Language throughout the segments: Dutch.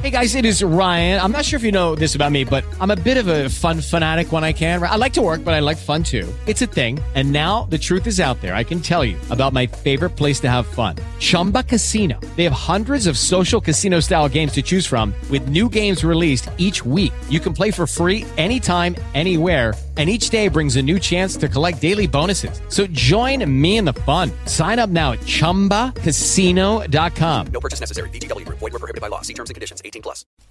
Hey guys, it is Ryan. I'm not sure if you know this about me, but I'm a bit of a fun fanatic when I can. I like to work, but I like fun too. It's a thing. And now the truth is out there. I can tell you about my favorite place to have fun. Chumba Casino. They have hundreds of social casino style games to choose from with new games released each week. You can play for free anytime, anywhere. And each day brings a new chance to collect daily bonuses. So join me in the fun. Sign up now at ChumbaCasino.com. No purchase necessary. VGW Group. Void where prohibited by law. See terms and conditions. 18+.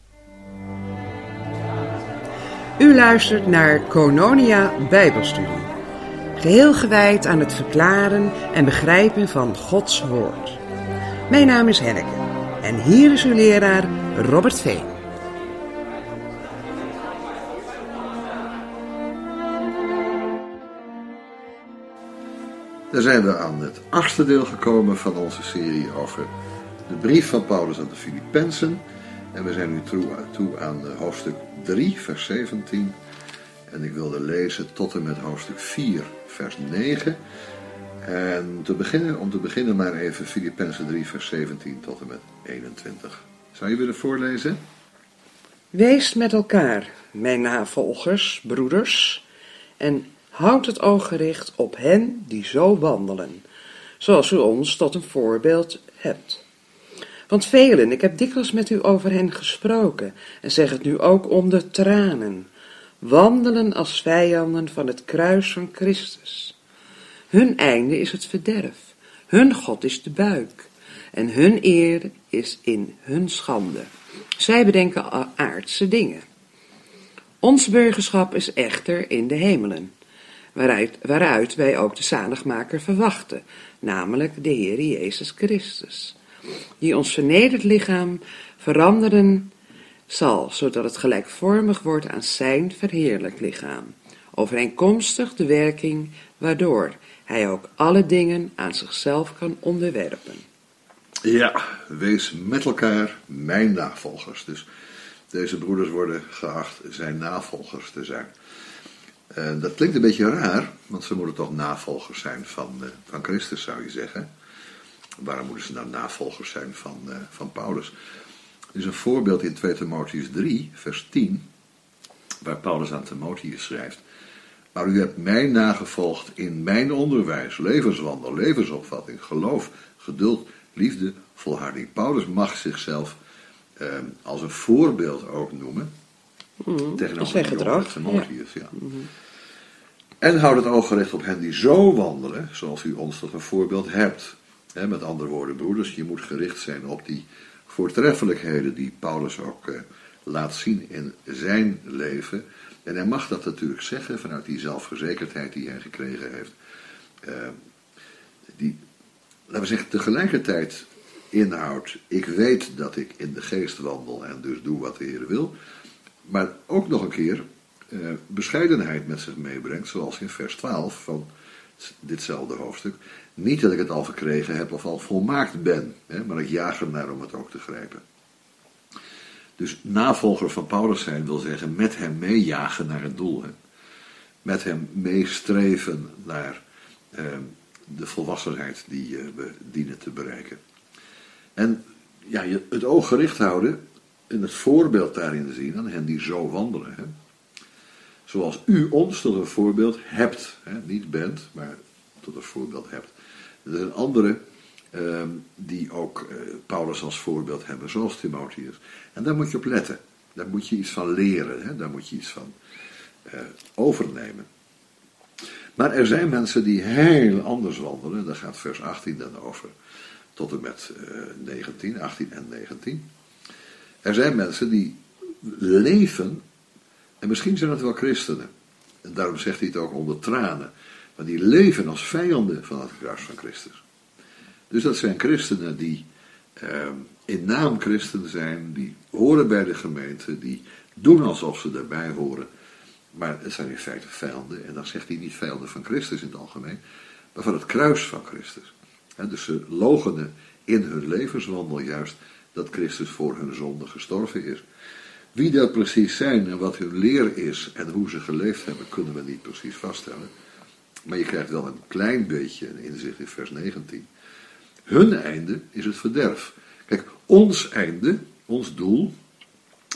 U luistert naar Kononia Bijbelstudie. Geheel gewijd aan het verklaren en begrijpen van Gods woord. Mijn naam is Henneke en hier is uw leraar Robert Veen. Dan zijn we aan het 8e deel gekomen van onze serie over de brief van Paulus aan de Filippenzen. En we zijn nu toe aan hoofdstuk 3, vers 17. En ik wilde lezen tot en met hoofdstuk 4, vers 9. En om te beginnen maar even Filippenzen 3, vers 17 tot en met 21. Zou je willen voorlezen? Wees met elkaar, mijn navolgers, broeders, en houd het oog gericht op hen die zo wandelen, zoals u ons tot een voorbeeld hebt. Want velen, ik heb dikwijls met u over hen gesproken, en zeg het nu ook onder tranen, wandelen als vijanden van het kruis van Christus. Hun einde is het verderf, hun God is de buik, en hun eer is in hun schande. Zij bedenken aardse dingen. Ons burgerschap is echter in de hemelen, waaruit wij ook de zaligmaker verwachten, namelijk de Heer Jezus Christus, die ons vernederd lichaam veranderen zal, zodat het gelijkvormig wordt aan zijn verheerlijk lichaam, overeenkomstig de werking waardoor hij ook alle dingen aan zichzelf kan onderwerpen. Ja, wees met elkaar mijn navolgers. Dus deze broeders worden geacht zijn navolgers te zijn. Dat klinkt een beetje raar, want ze moeten toch navolgers zijn van Christus, zou je zeggen. Waarom moeten ze nou navolgers zijn van Paulus? Er is een voorbeeld in 2 Timotheüs 3, vers 10, waar Paulus aan Timotheüs schrijft. Maar u hebt mij nagevolgd in mijn onderwijs, levenswandel, levensopvatting, geloof, geduld, liefde, volharding. Paulus mag zichzelf als een voorbeeld ook noemen. Tegenover zijn gedrag. Timotheüs, ja. En houd het oog gericht op hen die zo wandelen, zoals u ons tot een voorbeeld hebt. Met andere woorden, broeders, je moet gericht zijn op die voortreffelijkheden die Paulus ook laat zien in zijn leven. En hij mag dat natuurlijk zeggen vanuit die zelfverzekerdheid die hij gekregen heeft. Die, laten we zeggen, tegelijkertijd inhoudt, ik weet dat ik in de geest wandel en dus doe wat de Heer wil. Maar ook nog een keer bescheidenheid met zich meebrengt, zoals in vers 12 van ditzelfde hoofdstuk. Niet dat ik het al verkregen heb of al volmaakt ben, maar ik jaag ernaar om het ook te grijpen. Dus navolger van Paulus zijn wil zeggen met hem meejagen naar het doel. Met hem meestreven naar de volwassenheid die we dienen te bereiken. En ja, het oog gericht houden en het voorbeeld daarin zien aan hen die zo wandelen. Zoals u ons tot een voorbeeld hebt. Niet bent, maar tot een voorbeeld hebt. Er zijn anderen die ook Paulus als voorbeeld hebben, zoals Timotheüs. En daar moet je op letten. Daar moet je iets van leren. Daar moet je iets van overnemen. Maar er zijn mensen die heel anders wandelen. Daar gaat vers 18 dan over. Tot en met 19, 18 en 19. Er zijn mensen die leven, en misschien zijn het wel christenen. En daarom zegt hij het ook onder tranen. Maar die leven als vijanden van het kruis van Christus. Dus dat zijn christenen die in naam christen zijn, die horen bij de gemeente, die doen alsof ze erbij horen. Maar het zijn in feite vijanden, en dan zegt hij niet vijanden van Christus in het algemeen, maar van het kruis van Christus. Dus ze loochenen in hun levenswandel juist dat Christus voor hun zonde gestorven is. Wie dat precies zijn en wat hun leer is en hoe ze geleefd hebben, kunnen we niet precies vaststellen. Maar je krijgt wel een klein beetje een inzicht in vers 19. Hun einde is het verderf. Kijk, ons einde, ons doel,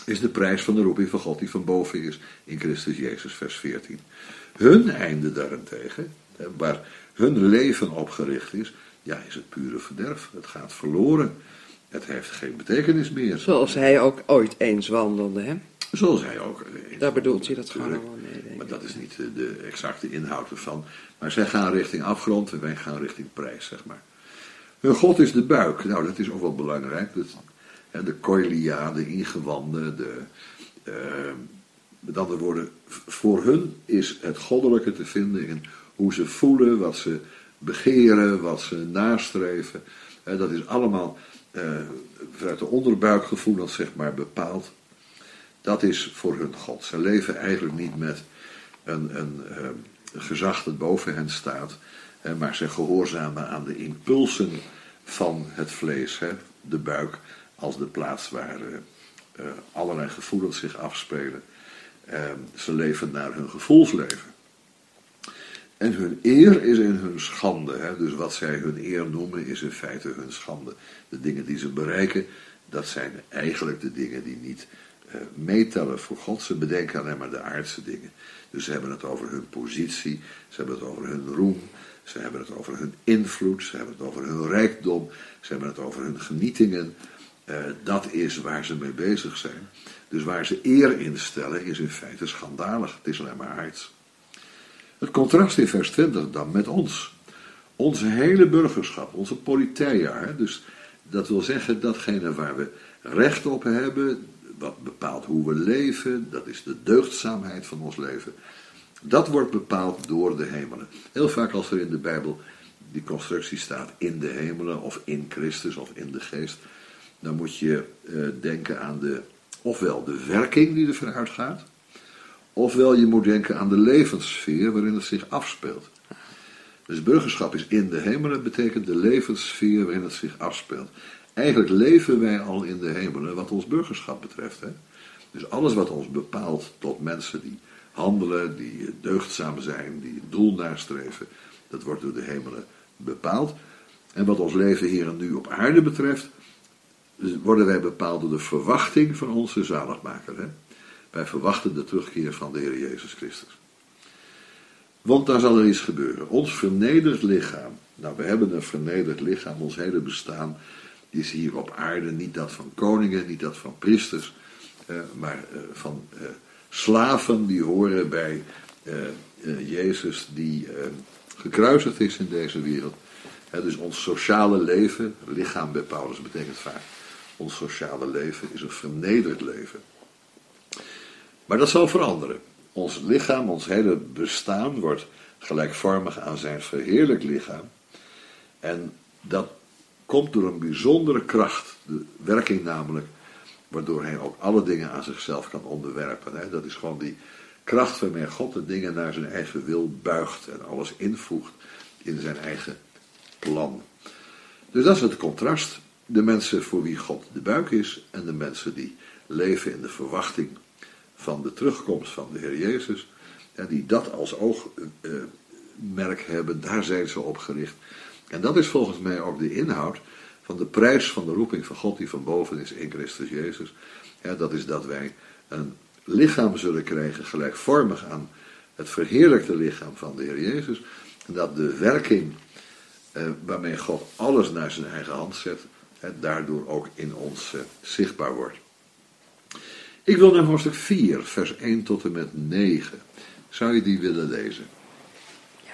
is de prijs van de roeping van God die van boven is in Christus Jezus, vers 14. Hun einde daarentegen, waar hun leven op gericht is, ja, is het pure verderf. Het gaat verloren. Het heeft geen betekenis meer. Zoals hij ook ooit eens wandelde, hè? Zoals hij ook. Daar bedoelt hij dat gewoon natuurlijk. wel mee, denk ik. Maar dat is niet de exacte inhoud ervan. Maar zij gaan richting afgrond en wij gaan richting prijs, zeg maar. Hun God is de buik. Nou, dat is ook wel belangrijk. De koilia, de ingewanden, met andere woorden, voor hun is het goddelijke te vinden in hoe ze voelen, wat ze begeren, wat ze nastreven. Dat is allemaal vanuit de onderbuikgevoelens, zeg maar, bepaald. Dat is voor hun God. Ze leven eigenlijk niet met een gezag dat boven hen staat, maar ze gehoorzamen aan de impulsen van het vlees, de buik, als de plaats waar allerlei gevoelens zich afspelen. Ze leven naar hun gevoelsleven. En hun eer is in hun schande. Dus wat zij hun eer noemen is in feite hun schande. De dingen die ze bereiken, dat zijn eigenlijk de dingen die niet meetellen voor God. Ze bedenken alleen maar de aardse dingen. Dus ze hebben het over hun positie, ze hebben het over hun roem, ze hebben het over hun invloed, ze hebben het over hun rijkdom, ze hebben het over hun genietingen. Dat is waar ze mee bezig zijn. Dus waar ze eer in stellen is in feite schandalig. Het is alleen maar aards. Het contrast in vers 20 dan met ons. Onze hele burgerschap, onze politeia. Dus dat wil zeggen datgene waar we recht op hebben, wat bepaalt hoe we leven, dat is de deugdzaamheid van ons leven. Dat wordt bepaald door de hemelen. Heel vaak als er in de Bijbel die constructie staat in de hemelen of in Christus of in de geest, dan moet je denken aan ofwel de werking die ervan uitgaat, ofwel je moet denken aan de levenssfeer waarin het zich afspeelt. Dus burgerschap is in de hemelen, betekent de levenssfeer waarin het zich afspeelt. Eigenlijk leven wij al in de hemelen wat ons burgerschap betreft. Dus alles wat ons bepaalt tot mensen die handelen, die deugdzaam zijn, die het doel nastreven, dat wordt door de hemelen bepaald. En wat ons leven hier en nu op aarde betreft, worden wij bepaald door de verwachting van onze zaligmaker. Wij verwachten de terugkeer van de Heer Jezus Christus. Want dan zal er iets gebeuren. Ons vernederd lichaam. Nou, we hebben een vernederd lichaam. Ons hele bestaan is hier op aarde niet dat van koningen, niet dat van priesters, maar van slaven die horen bij Jezus die gekruisigd is in deze wereld. Dus ons sociale leven, lichaam bij Paulus betekent vaak, ons sociale leven is een vernederd leven. Maar dat zal veranderen. Ons lichaam, ons hele bestaan wordt gelijkvormig aan zijn verheerlijk lichaam. En dat komt door een bijzondere kracht, de werking namelijk, waardoor hij ook alle dingen aan zichzelf kan onderwerpen. Dat is gewoon die kracht waarmee God de dingen naar zijn eigen wil buigt en alles invoegt in zijn eigen plan. Dus dat is het contrast. De mensen voor wie God de buik is en de mensen die leven in de verwachting van de terugkomst van de Heer Jezus, en die dat als oogmerk hebben, daar zijn ze op gericht. En dat is volgens mij ook de inhoud van de prijs van de roeping van God die van boven is in Christus Jezus. Dat is dat wij een lichaam zullen krijgen gelijkvormig aan het verheerlijkte lichaam van de Heer Jezus. En dat de werking waarmee God alles naar zijn eigen hand zet, daardoor ook in ons zichtbaar wordt. Ik wil naar hoofdstuk 4, vers 1 tot en met 9. Zou je die willen lezen? Ja.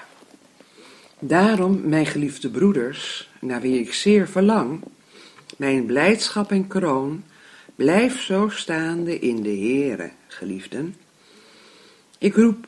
Daarom, mijn geliefde broeders, naar wie ik zeer verlang, mijn blijdschap en kroon, blijf zo staande in de Heere, geliefden. Ik roep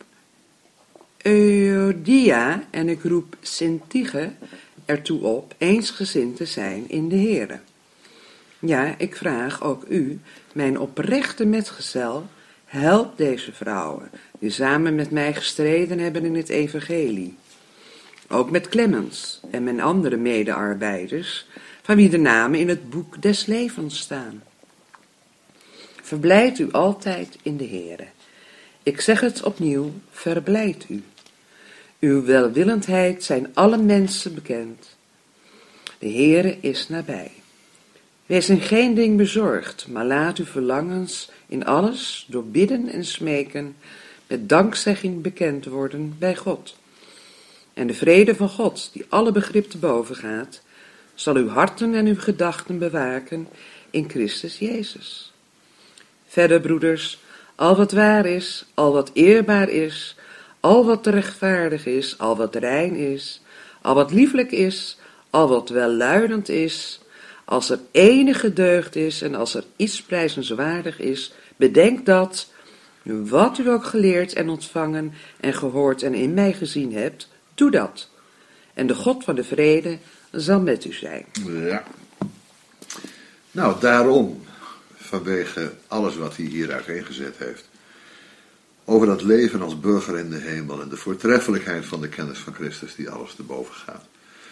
Euodia en ik roep Syntyche ertoe op eensgezind te zijn in de Heere. Ja, ik vraag ook u, mijn oprechte metgezel, help deze vrouwen, die samen met mij gestreden hebben in het evangelie. Ook met Clemens en mijn andere medearbeiders, van wie de namen in het boek des levens staan. Verblijd u altijd in de Heere. Ik zeg het opnieuw, verblijd u. Uw welwillendheid zijn alle mensen bekend. De Heere is nabij. Wees in geen ding bezorgd, maar laat uw verlangens in alles door bidden en smeken met dankzegging bekend worden bij God. En de vrede van God, die alle begrip te boven gaat, zal uw harten en uw gedachten bewaken in Christus Jezus. Verder, broeders, al wat waar is, al wat eerbaar is, al wat rechtvaardig is, al wat rein is, al wat lieflijk is, al wat welluidend is, als er enige deugd is en als er iets prijzenswaardig is, bedenk dat, wat u ook geleerd en ontvangen en gehoord en in mij gezien hebt, doe dat. En de God van de vrede zal met u zijn. Ja. Nou, daarom, vanwege alles wat hij hier uiteengezet heeft, over dat leven als burger in de hemel en de voortreffelijkheid van de kennis van Christus die alles te boven gaat,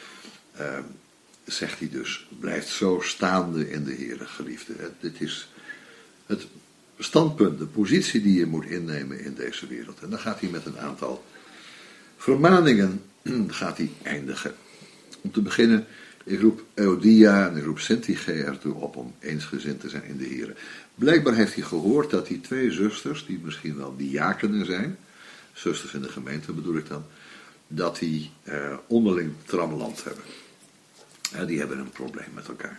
zegt hij dus, blijft zo staande in de Heere, geliefde. Dit is het standpunt, de positie die je moet innemen in deze wereld. En dan gaat hij met een aantal vermaningen gaat hij eindigen. Om te beginnen, ik roep Euodia en ik roep Syntyche ertoe op om eensgezind te zijn in de Heere. Blijkbaar heeft hij gehoord dat die twee zusters, die misschien wel diakenen zijn, zusters in de gemeente bedoel ik dan, dat die onderling trammeland hebben. Die hebben een probleem met elkaar.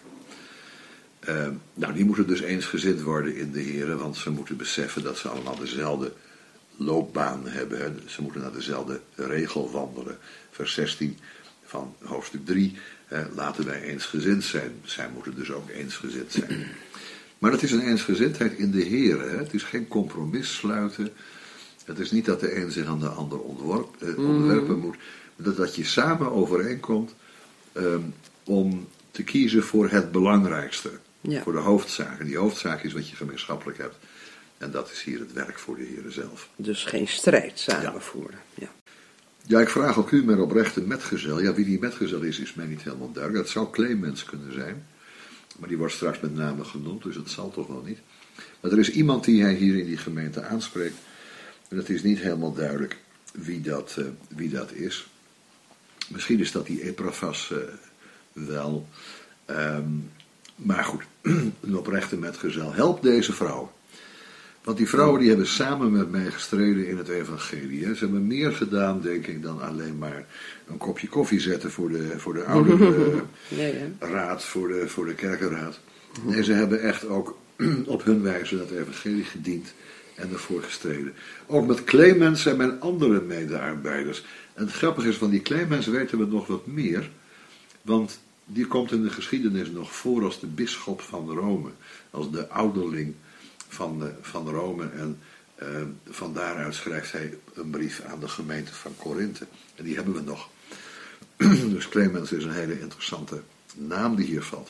Nou, die moeten dus eensgezind worden in de Heere, want ze moeten beseffen dat ze allemaal dezelfde loopbaan hebben. Hè. Ze moeten naar dezelfde regel wandelen. Vers 16 van hoofdstuk 3. Laten wij eensgezind zijn. Zij moeten dus ook eensgezind zijn. Maar het is een eensgezindheid in de Heere. Hè. Het is geen compromis sluiten. Het is niet dat de een zich aan de ander onderwerpen moet. Maar dat je samen overeenkomt om te kiezen voor het belangrijkste. Ja. Voor de hoofdzaak. En die hoofdzaak is wat je gemeenschappelijk hebt. En dat is hier het werk voor de Heere zelf. Dus geen strijd samenvoeren. Ja. Ja, ik vraag ook u met oprechte metgezel. Ja, wie die metgezel is mij niet helemaal duidelijk. Dat zou Clemens kunnen zijn. Maar die wordt straks met name genoemd, dus dat zal toch wel niet. Maar er is iemand die hij hier in die gemeente aanspreekt. En het is niet helemaal duidelijk wie dat is. Misschien is dat die Epaphras wel. Maar goed, een oprechte metgezel. Help deze vrouw. Want die vrouwen die hebben samen met mij gestreden in het evangelie. Hè. Ze hebben meer gedaan, denk ik, dan alleen maar een kopje koffie zetten voor de oude raad, voor de kerkenraad. Nee, ze hebben echt ook op hun wijze dat evangelie gediend en ervoor gestreden. Ook met Clemens en mijn andere medearbeiders. En het grappige is, van die Clemens weten we nog wat meer. Want die komt in de geschiedenis nog voor als de bisschop van Rome. Als de ouderling van Rome. En van daaruit schrijft hij een brief aan de gemeente van Korinthe. En die hebben we nog. Dus Clemens is een hele interessante naam die hier valt.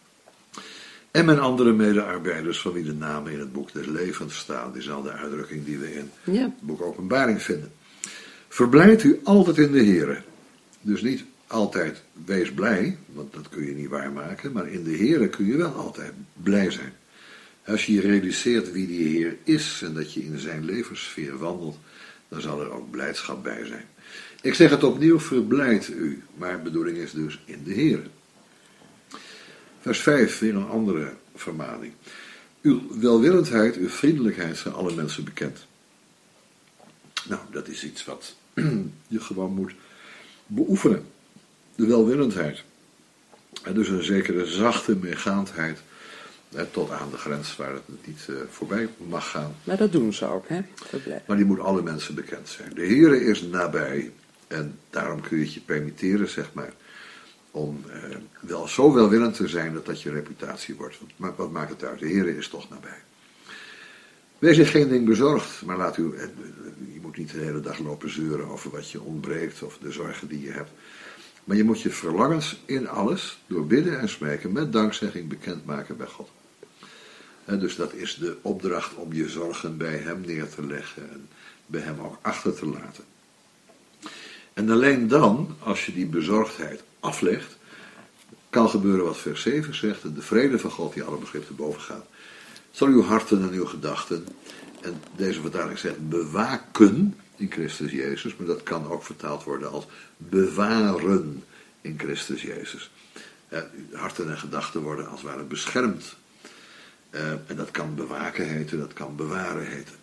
En mijn andere medearbeiders van wie de namen in het boek des levens staan. Diezelfde uitdrukking die we in het boek Openbaring vinden. Verblijd u altijd in de Here. Dus niet altijd wees blij, want dat kun je niet waarmaken. Maar in de Here kun je wel altijd blij zijn. Als je realiseert wie die Heer is en dat je in zijn levenssfeer wandelt, dan zal er ook blijdschap bij zijn. Ik zeg het opnieuw, verblijd u, maar de bedoeling is dus in de Heer. Vers 5, weer een andere vermaning. Uw welwillendheid, uw vriendelijkheid zijn alle mensen bekend. Nou, dat is iets wat je gewoon moet beoefenen. De welwillendheid. En dus een zekere zachte meegaandheid. Tot aan de grens waar het niet voorbij mag gaan. Maar dat doen ze ook, hè? Maar die moet alle mensen bekend zijn. De Heere is nabij. En daarom kun je het je permitteren, zeg maar. Om wel zo welwillend te zijn dat je reputatie wordt. Maar wat maakt het uit? De Heere is toch nabij. Wees in geen ding bezorgd. Maar je moet niet de hele dag lopen zeuren over wat je ontbreekt. Of de zorgen die je hebt. Maar je moet je verlangens in alles, door bidden en smeken, met dankzegging bekendmaken bij God. En dus dat is de opdracht om je zorgen bij hem neer te leggen en bij hem ook achter te laten. En alleen dan, als je die bezorgdheid aflegt, kan gebeuren wat vers 7 zegt, en de vrede van God die alle begrip te boven gaat, zal uw harten en uw gedachten, en deze vertaling zegt bewaken in Christus Jezus, maar dat kan ook vertaald worden als bewaren in Christus Jezus. Harten en gedachten worden als het ware beschermd. En dat kan bewaken heten, dat kan bewaren heten.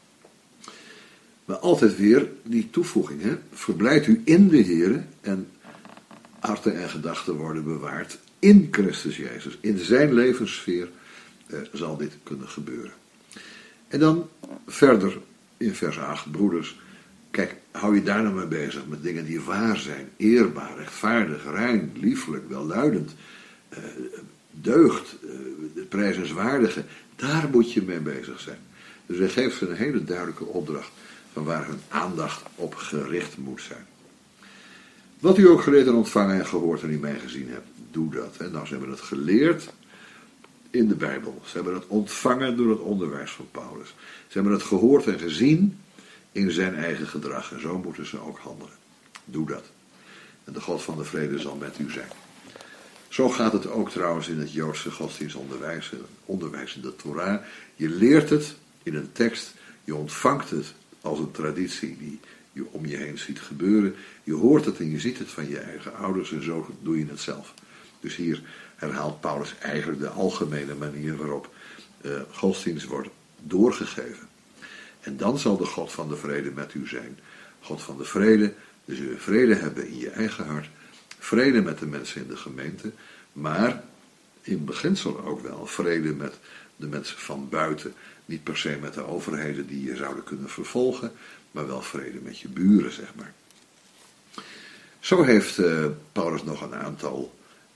Maar altijd weer die toevoeging. Verblijdt u in de Heere en harten en gedachten worden bewaard in Christus Jezus. In zijn levenssfeer zal dit kunnen gebeuren. En dan verder in vers 8, broeders. Kijk, hou je daar nou mee bezig met dingen die waar zijn, eerbaar, rechtvaardig, rein, liefelijk, welluidend, deugd, prijzenswaardige. Daar moet je mee bezig zijn. Dus hij geeft ze een hele duidelijke opdracht van waar hun aandacht op gericht moet zijn. Wat u ook geleerd en ontvangen en gehoord en in mij gezien hebt, doe dat. Nou, ze hebben het geleerd in de Bijbel. Ze hebben het ontvangen door het onderwijs van Paulus. Ze hebben het gehoord en gezien in zijn eigen gedrag. En zo moeten ze ook handelen. Doe dat. En de God van de vrede zal met u zijn. Zo gaat het ook trouwens in het Joodse godsdienstonderwijs. Onderwijs in de Torah. Je leert het in een tekst. Je ontvangt het als een traditie die je om je heen ziet gebeuren. Je hoort het en je ziet het van je eigen ouders. En zo doe je het zelf. Dus hier herhaalt Paulus eigenlijk de algemene manier waarop godsdienst wordt doorgegeven. En dan zal de God van de vrede met u zijn. God van de vrede, dus u vrede hebben in je eigen hart. Vrede met de mensen in de gemeente. Maar in beginsel ook wel vrede met de mensen van buiten. Niet per se met de overheden die je zouden kunnen vervolgen. Maar wel vrede met je buren, zeg maar. Zo heeft Paulus nog een aantal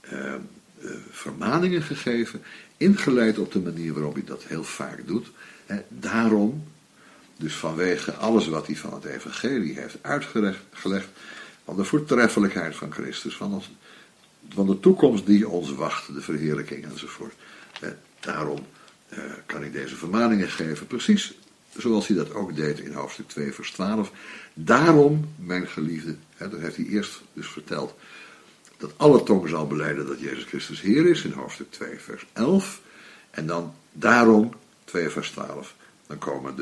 vermaningen gegeven. Ingeleid op de manier waarop hij dat heel vaak doet. Daarom, dus vanwege alles wat hij van het evangelie heeft uitgelegd, van de voortreffelijkheid van Christus, van de toekomst die ons wacht, de verheerlijking enzovoort. Daarom kan ik deze vermaningen geven, precies zoals hij dat ook deed in hoofdstuk 2 vers 12. Daarom, mijn geliefde, dat heeft hij eerst dus verteld, dat alle tong zal belijden dat Jezus Christus Heer is, in hoofdstuk 2 vers 11. En dan daarom, 2 vers 12, dan komen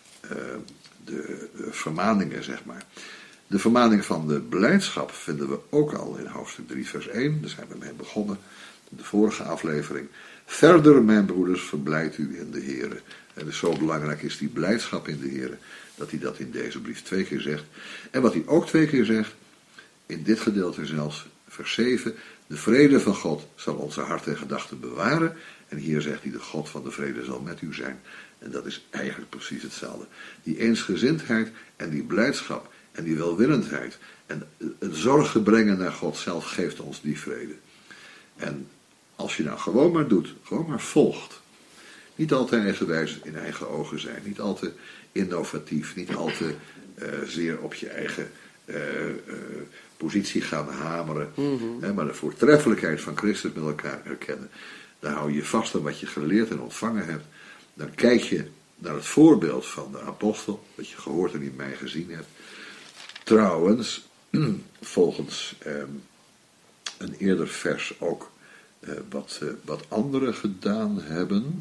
de vermaningen, zeg maar. De vermaning van de blijdschap vinden we ook al in hoofdstuk 3 vers 1. Daar zijn we mee begonnen, in de vorige aflevering. Verder, mijn broeders, verblijd u in de Heere. En dus zo belangrijk is die blijdschap in de Heere, dat hij dat in deze brief 2 keer zegt. En wat hij ook 2 keer zegt, in dit gedeelte zelfs, vers 7, de vrede van God zal onze harten en gedachten bewaren. En hier zegt hij, de God van de vrede zal met u zijn. En dat is eigenlijk precies hetzelfde. Die eensgezindheid en die blijdschap en die welwillendheid en het zorgen brengen naar God zelf geeft ons die vrede. En als je nou gewoon maar doet, gewoon maar volgt. Niet al te eigenwijs in eigen ogen zijn, niet al te innovatief, niet al te zeer op je eigen positie gaan hameren. Maar de voortreffelijkheid van Christus met elkaar erkennen. Dan hou je vast aan wat je geleerd en ontvangen hebt. Dan kijk je naar het voorbeeld van de apostel, wat je gehoord en in mij gezien hebt. Trouwens, volgens een eerder vers ook wat anderen gedaan hebben.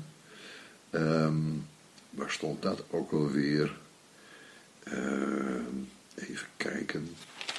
Waar stond dat ook alweer? Even kijken.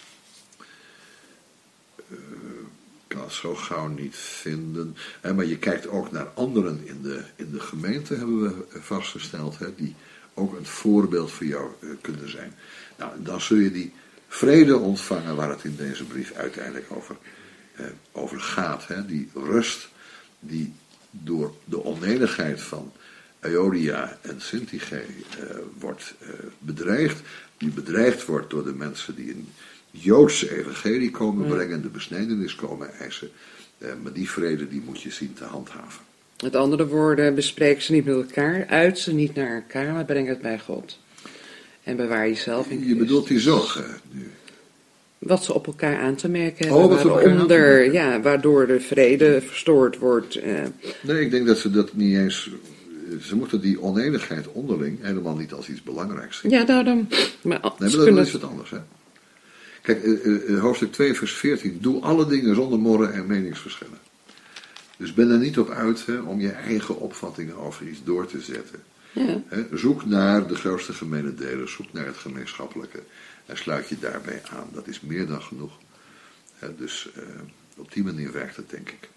Ik kan het zo gauw niet vinden. Maar je kijkt ook naar anderen in de gemeente, hebben we vastgesteld, die ook een voorbeeld voor jou kunnen zijn. Nou, dan zul je die vrede ontvangen waar het in deze brief uiteindelijk over gaat. Die rust die door de onenigheid van Euodia en Syntyche wordt bedreigd. Die bedreigd wordt door de mensen die een Joodse evangelie komen brengen, de besnijdenis komen eisen. Maar die vrede die moet je zien te handhaven. Met andere woorden, bespreek ze niet met elkaar, uit ze niet naar elkaar, maar breng het bij God. En bewaar jezelf in Christus. Je bedoelt die zorg nu? Wat ze op elkaar aan te merken hebben, waardoor de vrede verstoord wordt. Nee, ik denk dat ze dat niet eens. Ze moeten die oneenigheid onderling helemaal niet als iets belangrijks zien. Ja, daarom. Maar dat is wat anders, hè? Kijk, hoofdstuk 2 vers 14. Doe alle dingen zonder morren en meningsverschillen. Dus ben er niet op uit om je eigen opvattingen over iets door te zetten. Ja. Zoek naar de grootste gemene delen, zoek naar het gemeenschappelijke en sluit je daarbij aan. Dat is meer dan genoeg. Dus Op die manier werkt het, denk ik.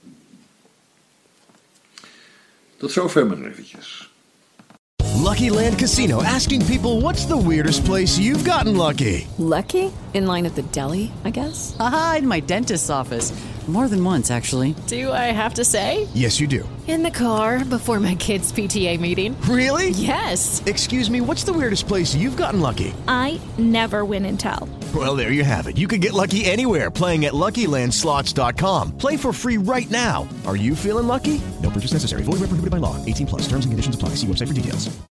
Tot zover maar eventjes. Lucky Land Casino, asking people, what's the weirdest place you've gotten lucky? Lucky? In line at the deli, I guess? Aha, in my dentist's office. More than once, actually. Do I have to say? Yes, you do. In the car before my kids' PTA meeting. Really? Yes. Excuse me, what's the weirdest place you've gotten lucky? I never win and tell. Well, there you have it. You can get lucky anywhere, playing at LuckyLandSlots.com. Play for free right now. Are you feeling lucky? No purchase necessary. Void where prohibited by law. 18+. Terms and conditions apply. See website for details.